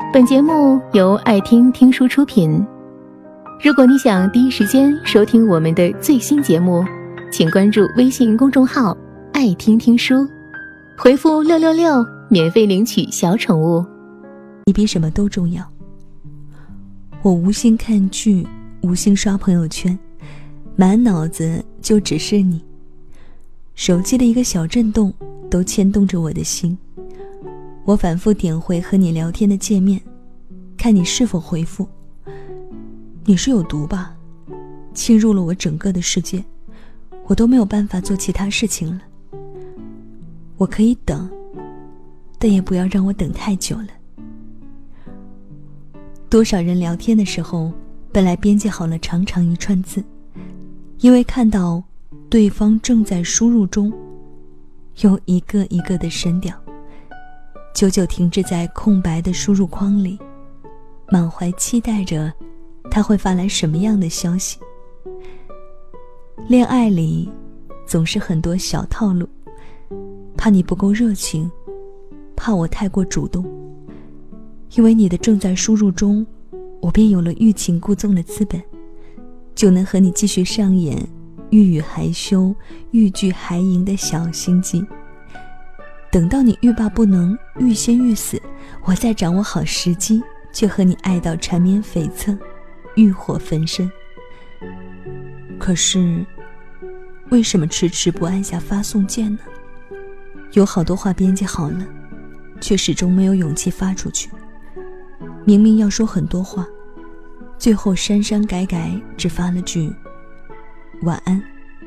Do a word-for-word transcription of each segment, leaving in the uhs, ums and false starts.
本节目由爱听听书出品。如果你想第一时间收听我们的最新节目，请关注微信公众号爱听听书，回复六六六免费领取小宠物。 你比什么都重要。我无心看剧，无心刷朋友圈，满脑子就只是你。手机的一个小震动都牵动着我的心。我反复点回和你聊天的界面，看你是否回复。你是有毒吧？侵入了我整个的世界，我都没有办法做其他事情了。我可以等，但也不要让我等太久了。多少人聊天的时候，本来编辑好了长长一串字，因为看到对方正在输入中，又一个一个的删掉，久久停滞在空白的输入框里，满怀期待着他会发来什么样的消息。恋爱里总是很多小套路，怕你不够热情，怕我太过主动，因为你的正在输入中，我便有了欲擒故纵的资本，就能和你继续上演欲语还休，欲拒还迎的小心机。等到你欲罢不能，欲仙欲死，我再掌握好时机，就和你爱到缠绵悱恻，欲火焚身。可是为什么迟迟不按下发送键呢？有好多话编辑好了，却始终没有勇气发出去。明明要说很多话，最后删删改改，只发了句晚安。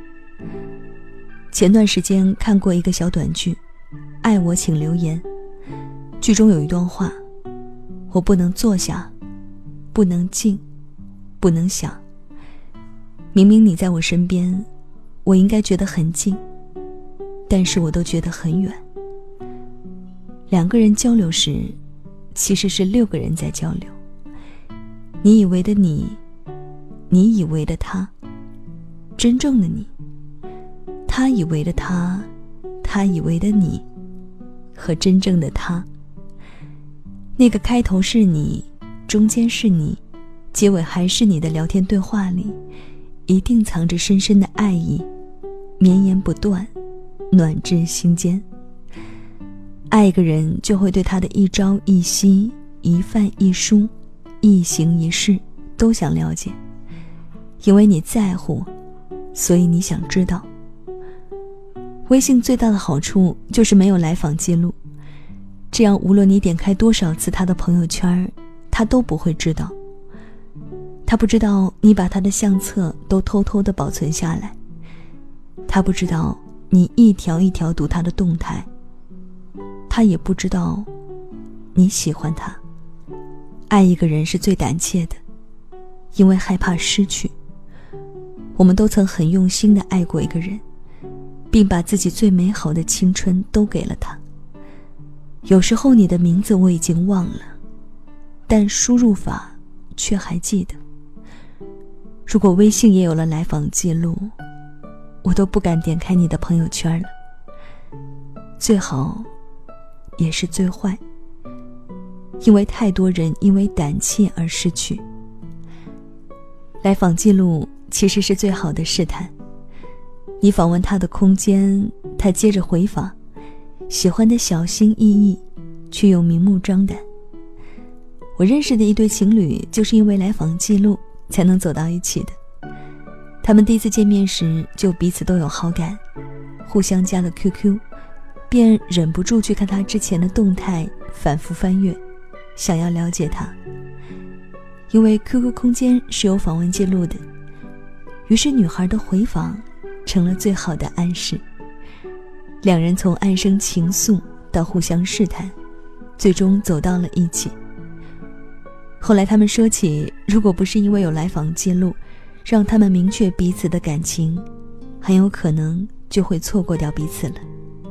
前段时间看过一个小短剧，爱我请留言。剧中有一段话，我不能坐下，不能静，不能想。明明你在我身边，我应该觉得很近，但是我都觉得很远。两个人交流时，其实是六个人在交流。你以为的你，你以为的他，真正的你，他以为的他，他以为的你，和真正的他。那个开头是你，中间是你，结尾还是你的聊天对话里，一定藏着深深的爱意，绵延不断，暖至心间。爱一个人，就会对他的一朝一夕，一饭一书，一行一事都想了解，因为你在乎，所以你想知道。微信最大的好处就是没有来访记录，这样无论你点开多少次他的朋友圈，他都不会知道。他不知道你把他的相册都偷偷地保存下来，他不知道你一条一条读他的动态，他也不知道你喜欢他。爱一个人是最胆怯的，因为害怕失去。我们都曾很用心地爱过一个人，并把自己最美好的青春都给了他。有时候你的名字我已经忘了，但输入法却还记得。如果微信也有了来访记录，我都不敢点开你的朋友圈了。最好也是最坏，因为太多人因为胆怯而失去。来访记录其实是最好的试探，你访问他的空间，他接着回访，喜欢的小心翼翼，却又明目张胆。我认识的一对情侣就是因为来访记录才能走到一起的。他们第一次见面时就彼此都有好感，互相加了 Q Q， 便忍不住去看他之前的动态，反复翻阅，想要了解他。因为 Q Q 空间是有访问记录的，于是女孩的回访成了最好的暗示。两人从暗生情愫到互相试探，最终走到了一起。后来他们说起，如果不是因为有来访记录，让他们明确彼此的感情，很有可能就会错过掉彼此了。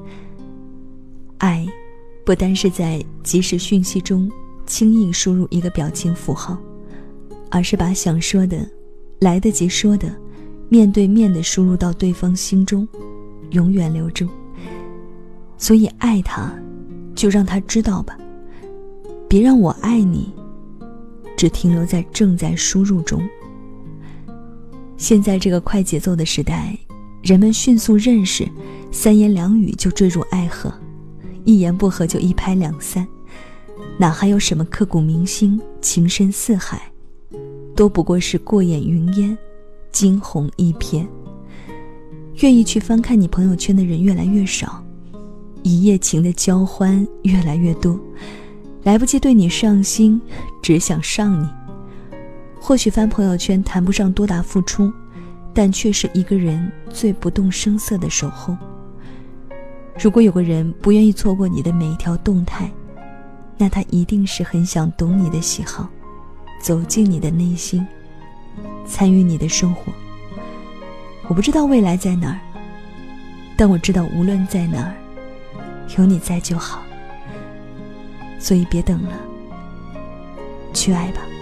爱不单是在即时讯息中轻易输入一个表情符号，而是把想说的、来得及说的，面对面地输入到对方心中，永远留住。所以爱他，就让他知道吧， 别让我爱你只停留在正在输入中。现在这个快节奏的时代，人们迅速认识，三言两语就坠入爱河，一言不合就一拍两散，哪还有什么刻骨铭心、情深似海，都不过是过眼云烟，惊鸿一瞥。愿意去翻看你朋友圈的人越来越少，一夜情的交欢越来越多，来不及对你上心，只想上你。或许翻朋友圈谈不上多大付出，但却是一个人最不动声色的守候。如果有个人不愿意错过你的每一条动态，那他一定是很想懂你的喜好，走进你的内心，参与你的生活。我不知道未来在哪儿，但我知道无论在哪儿，有你在就好。所以别等了，去爱吧。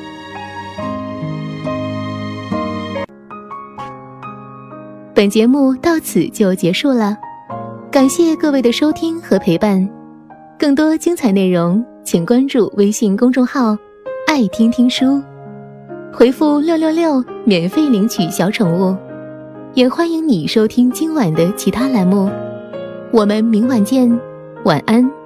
本节目到此就结束了，感谢各位的收听和陪伴。更多精彩内容请关注微信公众号爱听听书，回复六六六免费领取小宠物。也欢迎你收听今晚的其他栏目，我们明晚见，晚安。